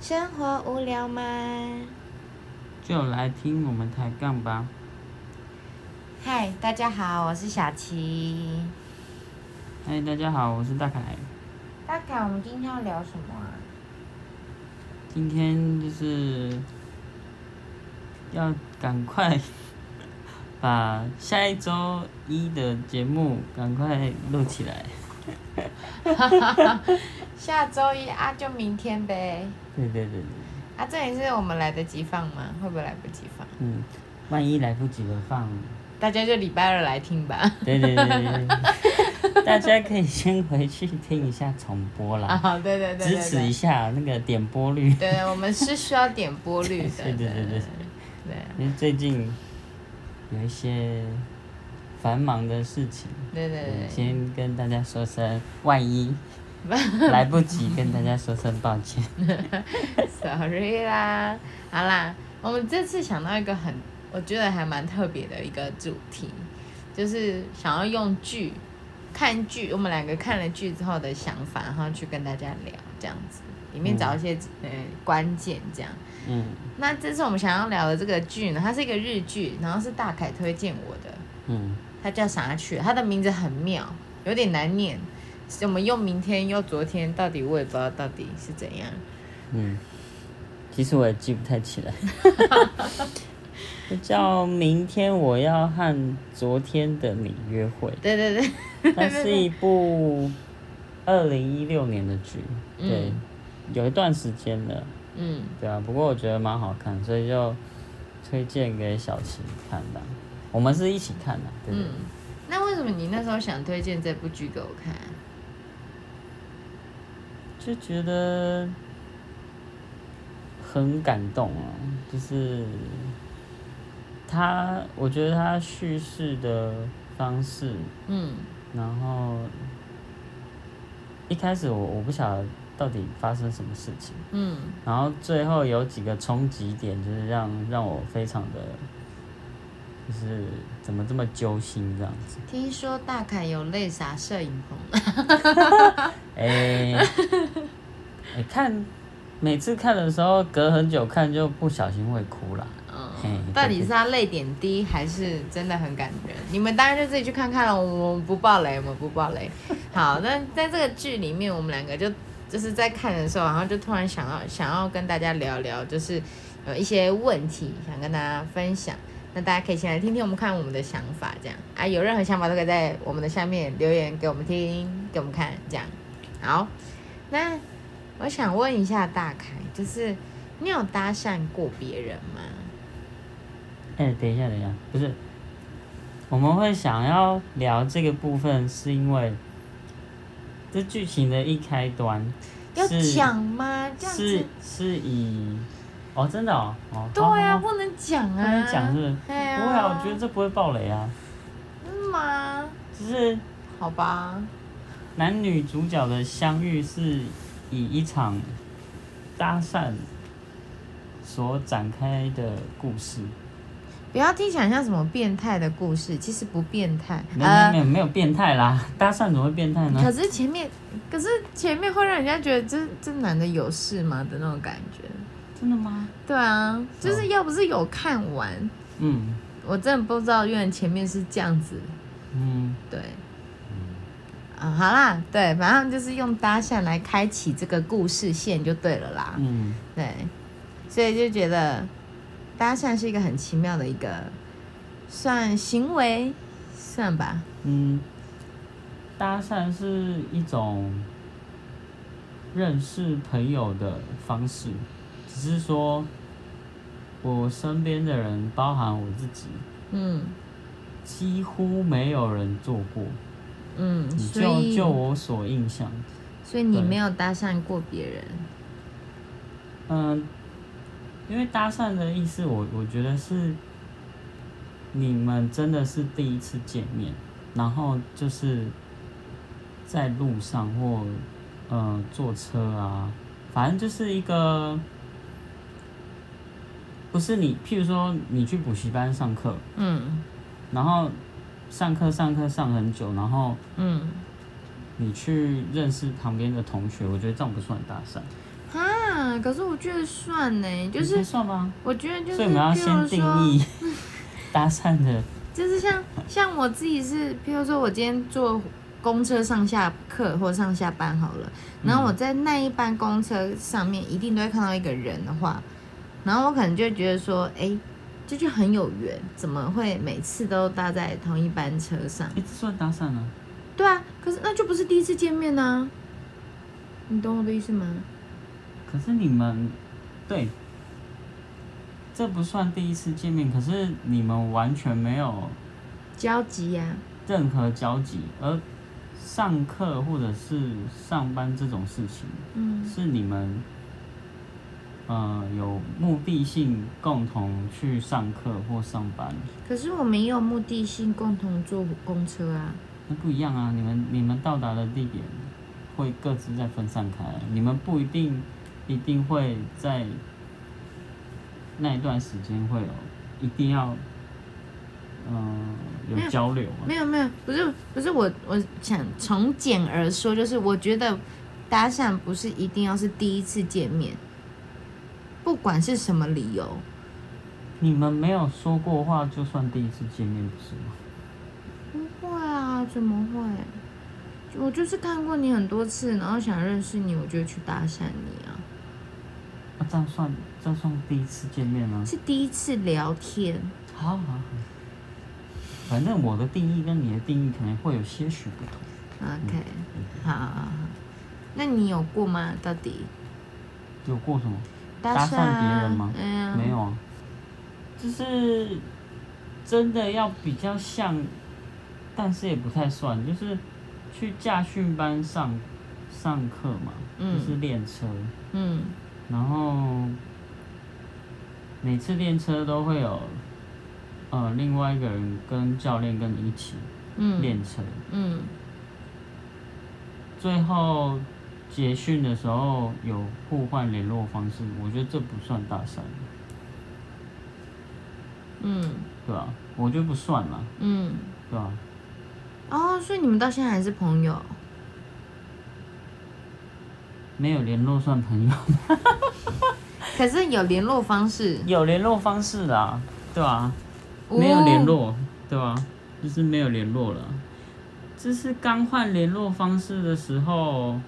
生活无聊吗？ 就来听我们抬杠吧。 嗨，大家好，我是小琪。 嗨，大家好，我是大凯。 大凯，我们今天要聊什么啊？ 今天就是要赶快把下一周一的节目赶快录起来。 下周一啊，就明天呗。 对。 啊，这里是我们来得及放吗？会不会来不及放？ 万一来不及了放， 大家就礼拜二来听吧。 对。大家可以先回去听一下重播啦。 啊，对。 支持一下那个点播率。 对，我们是需要点播率的。 对。 对。 因为最近有一些繁忙的事情。 对。 先跟大家说声，万一来不及，跟大家说声抱歉。 Sorry 啦，好啦，我们这次想到一个我觉得还蛮特别的一个主题，就是想要用看剧，我们两个看了剧之后的想法，然后去跟大家聊，这样子，里面找一些关键这样。那这次我们想要聊的这个剧呢，它是一个日剧，然后是大凯推荐我的。它叫啥去？它的名字很妙，有点难念。我们用明天又昨天，到底我也不知道到底是怎样。 其实我也记不太起来。叫明天我要和昨天的你约会。 对。 它是一部2016年的剧。对，有一段时间了。对啊，不过我觉得蛮好看，所以就推荐给小琪看的。我们是一起看的。对。 那为什么你那时候想推荐这部剧给我看？ 就觉得很感动啊，就是我觉得他叙事的方式，然后一开始我不晓得到底发生什么事情，然后最后有几个冲击点，就是让我非常的，就是怎么这么揪心这样子。 听说大凯有泪洒摄影棚。 每次看的时候隔很久看就不小心会哭啦。 到底是他泪点低还是真的很感人？你们当然就自己去看看了，我们不爆雷。好，那在这个剧里面，我们两个就是在看的时候，然后就突然想要跟大家聊聊，就是有一些问题想跟大家分享。那大家可以先来听听我们看我们的想法，这样啊，有任何想法都可以在我们的下面留言给我们听，给我们看，这样。好，那我想问一下大凯，就是你有搭讪过别人吗？ 等一下，不是，我们会想要聊这个部分，是因为这剧情的一开端要讲吗？这样子是以真的对啊，不能讲啊， 不能讲是不是？ 对啊， 不会啊，我觉得这不会爆雷啊。 吗？ 就是好吧。 男女主角的相遇是以一场搭讪所展开的故事。 不要听起来像什么变态的故事，其实不变态。 没有变态啦，搭讪怎么会变态呢？ 可是前面会让人家觉得这男的有事吗的那种感觉。 真的吗？ 对啊，就是要不是有看完，我真的不知道，原来前面是这样子。对。好啦，对，反正就是用搭讪来开启这个故事线就对了啦。对，所以就觉得搭讪是一个很奇妙的一个算行为，算吧。 搭讪是一种认识朋友的方式，只是说我身边的人，包含我自己，几乎没有人做过。就我所印象。 所以你没有搭讪过别人？ 因为搭讪的意思我觉得是你们真的是第一次见面，然后就是在路上或坐车啊，反正就是一个不是你，譬如说你去补习班上课，然后上课上很久，然后你去认识旁边的同学，我觉得这样不算搭讪。 算，可是我觉得算呢，就是算吗？ 我觉得就是， 所以我们要先定义搭讪的， 就是像我自己是，譬如说我今天坐公车上下课或上下班好了，然后我在那一班公车上面一定都会看到一个人的话，然后我可能就会觉得说，哎，这就很有缘，怎么会每次都搭在同一班车上？ 这算搭讪啊？ 对啊，可是那就不是第一次见面啊，你懂我的意思吗？ 可是你们，对，这不算第一次见面，可是你们完全没有交集呀、 任何交集，而上课或者是上班这种事情，是你们有目的性共同去上课或上班。 可是我们也有目的性共同坐公车啊。 那不一样啊，你们到达的地点会各自再分散开，你们不一定会在那一段时间会一定要有交流啊。 没有，不是我想从简而说，就是我觉得搭讪不是一定要是第一次见面，不管是什么理由。 你们没有说过话就算第一次见面，不是吗？ 不会啊，怎么会？我就是看过你很多次，然后想认识你，我就去搭讪你啊。 这样算第一次见面吗？ 是第一次聊天。 好，反正我的定义跟你的定义可能会有些许不同。 OK，好。那你有过吗？到底有过什么？ 搭讪别人吗？没有啊，就是真的要比较像，但是也不太算，就是去驾训班上课嘛，就是练车。然后每次练车都会有另外一个人跟教练跟你一起练车。最后结训的时候有互换联络方式，我觉得这不算搭讪。对啊，我觉得不算啦。对啊。 哦，所以你们到现在还是朋友？ 没有联络算朋友。 可是有联络方式。 有联络方式啦，对啊。没有联络，对吧？就是没有联络了。就是刚换联络方式的时候，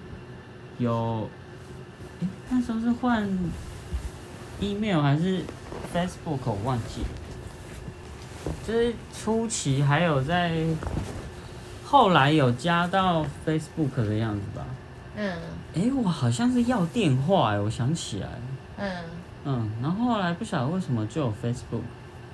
那时候是换 email 还是 Facebook， 我忘记了。就是初期还有后来有加到 Facebook 的样子吧。我好像是要电话我想起来。然后后来不晓得为什么就有 Facebook。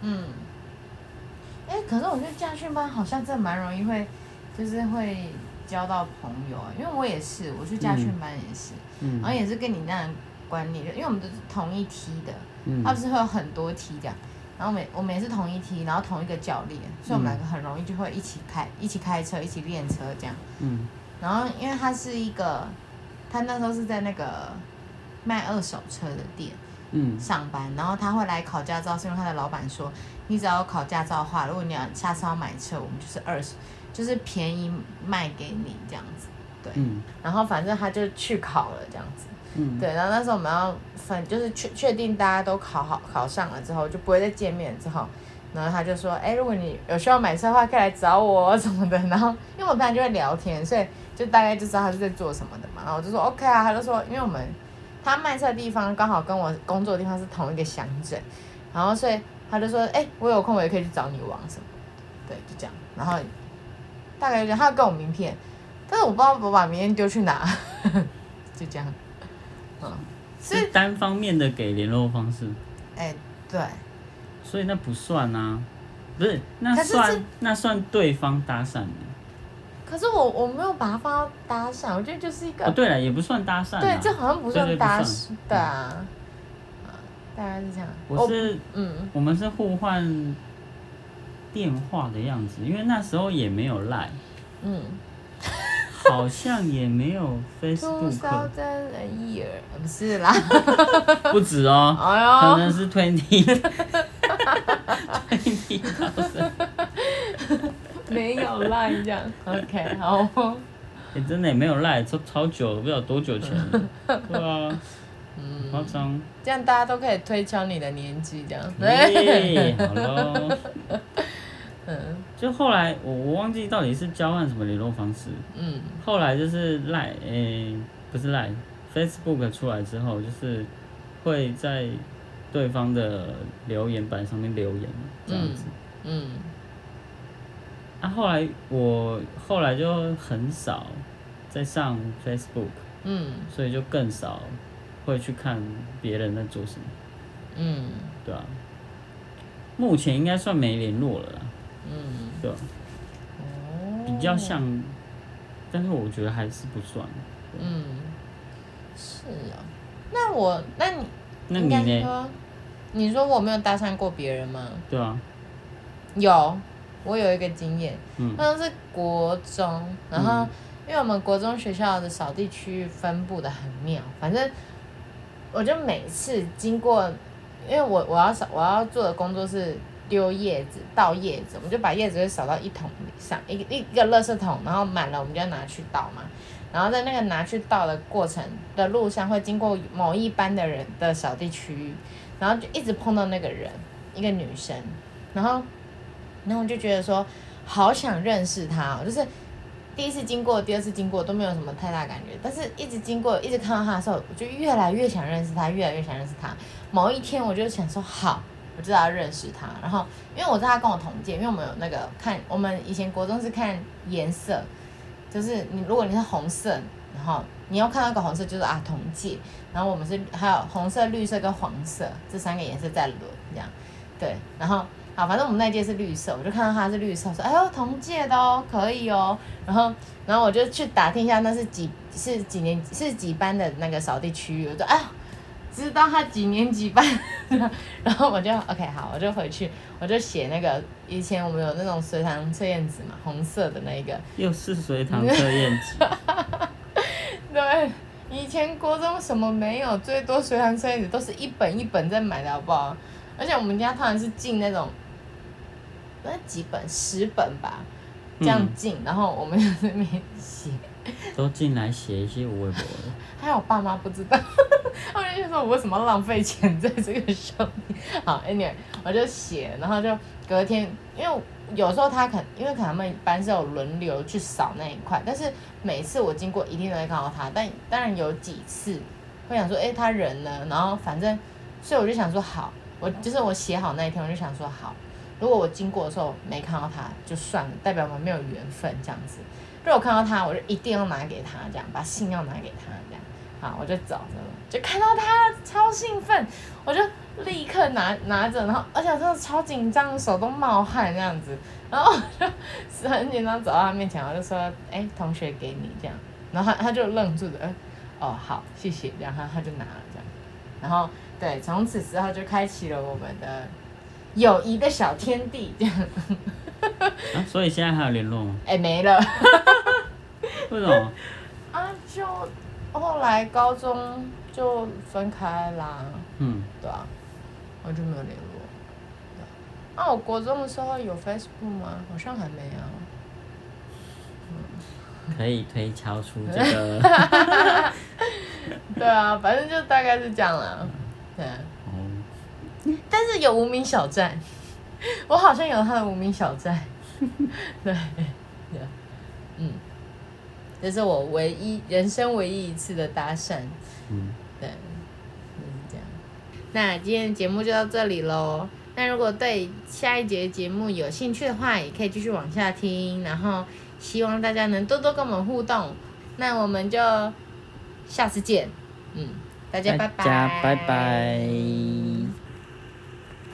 可是我觉得驾训班好像真的蛮容易就是会交到朋友因为我也是，我去驾训班也是，然后也是跟你那样观念，因为我们都是同一梯的，他不是会有很多梯这样，然后我们也是同一梯，然后同一个教练，所以我们两个很容易就会一起开车，一起练车这样。然后因为他那时候是在那个卖二手车的店上班，然后他会来考驾照，是因为他的老板说，你只要考驾照的话，如果你下次要买车，我们就是便宜卖给你这样子。对，然后反正他就去考了这样子。对，然后那时候我们要就是确定大家都考上了之后，就不会再见面之后，然后他就说，如果你有需要买车的话，可以来找我什么的。然后因为我们平常就会聊天，所以就大概就知道他是在做什么的嘛。然后我就说 OK 啊，他就说，因为他卖车的地方刚好跟我工作的地方是同一个乡镇，然后所以他就说，我有空我也可以去找你玩什么的。对，就这样。然后大概就这样，他要给我名片，但是我不知道我把名片丢去哪，就这样。 是单方面的给联络方式。 对。 所以那不算啊，不是那算对方搭讪的。 可是我没有把它放到搭讪，我觉得就是一个。 对了，也不算搭讪。 对，这好像不算搭讪。对啊。大概是这样。我们是互换电话的样子，因为那时候也没有 LINE。好像也没有 Facebook。2000 year 不是啦。 不止哦。可能是20。 没有赖这样 ，OK， 好。 真的也没有赖，超久了，不知道多久前了。对啊。 夸张。 这样大家都可以推敲你的年纪，这样。 好咯。就后来我忘记到底是交换什么联络方式。后来就是不是赖 ，Facebook 出来之后，就是会在对方的留言板上面留言这样子。后来就很少在上 Facebook。所以就更少会去看别人在做什么。对啊。目前应该算没联络了啦。对啊。比较像，但是我觉得还是不算。 是啊。那你应该呢？ 你说我没有搭讪过别人吗？ 对啊。 有，我有一个经验，那是国中，然后。因为我们国中学校的扫地区域分布的很妙，反正我就每次经过，因为我要做的工作是丢叶子、倒叶子，我们就把叶子会扫到一桶上，一个垃圾桶，然后满了我们就要拿去倒嘛。然后在那个拿去倒的过程的路上，会经过某一班的人的扫地区域，然后就一直碰到那个人，一个女生，然后我就觉得说，好想认识她哦，就是。第一次经过，第二次经过都没有什么太大感觉，但是一直经过，一直看到他的时候，我就越来越想认识他，越来越想认识他。某一天，我就想说，好，我知道要认识他。然后，因为我知道他跟我同届，因为我们有那个我们以前国中是看颜色，就是如果你是红色，然后你要看到一个红色，就是同届。然后我们还有红色、绿色跟黄色这3个颜色在轮这样，对，然后。好，反正我们那一届是绿色，我就看到他是绿色，我说哎呦同届的哦，可以哦。然后我就去打听一下那是几班的那个扫地区域，我就知道他几年几班，然后我就 OK 好，我就回去我就写那个以前我们有那种随堂测验纸嘛，红色的那个。 又是随堂测验纸。 对，以前国中什么没有，最多随堂测验纸都是一本一本在买的好不好？而且我们家通常是进那种。那几本10本吧，这样进，然后我们就在那边写， 都进来写一些微博的。 还有我爸妈不知道，他们就说我为什么浪费钱在这个上面。好 ，anyway， 我就写，然后就隔天，因为有时候因为可能他们班是有轮流去扫那一块，但是每次我经过一定都会看到他，但当然有几次会想说，他人呢？然后反正，所以我就想说好，我写好那一天，我就想说好。如果我经过的时候没看到他，就算了，代表我们没有缘分这样子。如果看到他，我就一定要拿给他，这样把信要拿给他，这样。好，我就找着了，就看到他，超兴奋，我就立刻拿着，然后而且我真的超紧张，手都冒汗这样子，然后我就很紧张走到他面前，我就说：“同学给你这样。”然后他就愣住的，哦好，谢谢，然后他就拿了这样，然后对，从此之后就开启了我们的。友谊的小天地这样。 所以现在还有联络吗？ 没了。 为什么？ 就后来高中就分开啦。对啊，我就没有联络。我国中的时候有 Facebook 吗？好像还没有。 可以推敲出这个。 对啊，反正就大概是这样啦。对。但是有无名小站，我好像有他的无名小站，对，这是我人生唯一一次的搭讪，对，就是这样。那今天的节目就到这里咯。那如果对下一节节目有兴趣的话，也可以继续往下听，然后希望大家能多多跟我们互动。那我们就下次见，大家拜拜， 拜拜。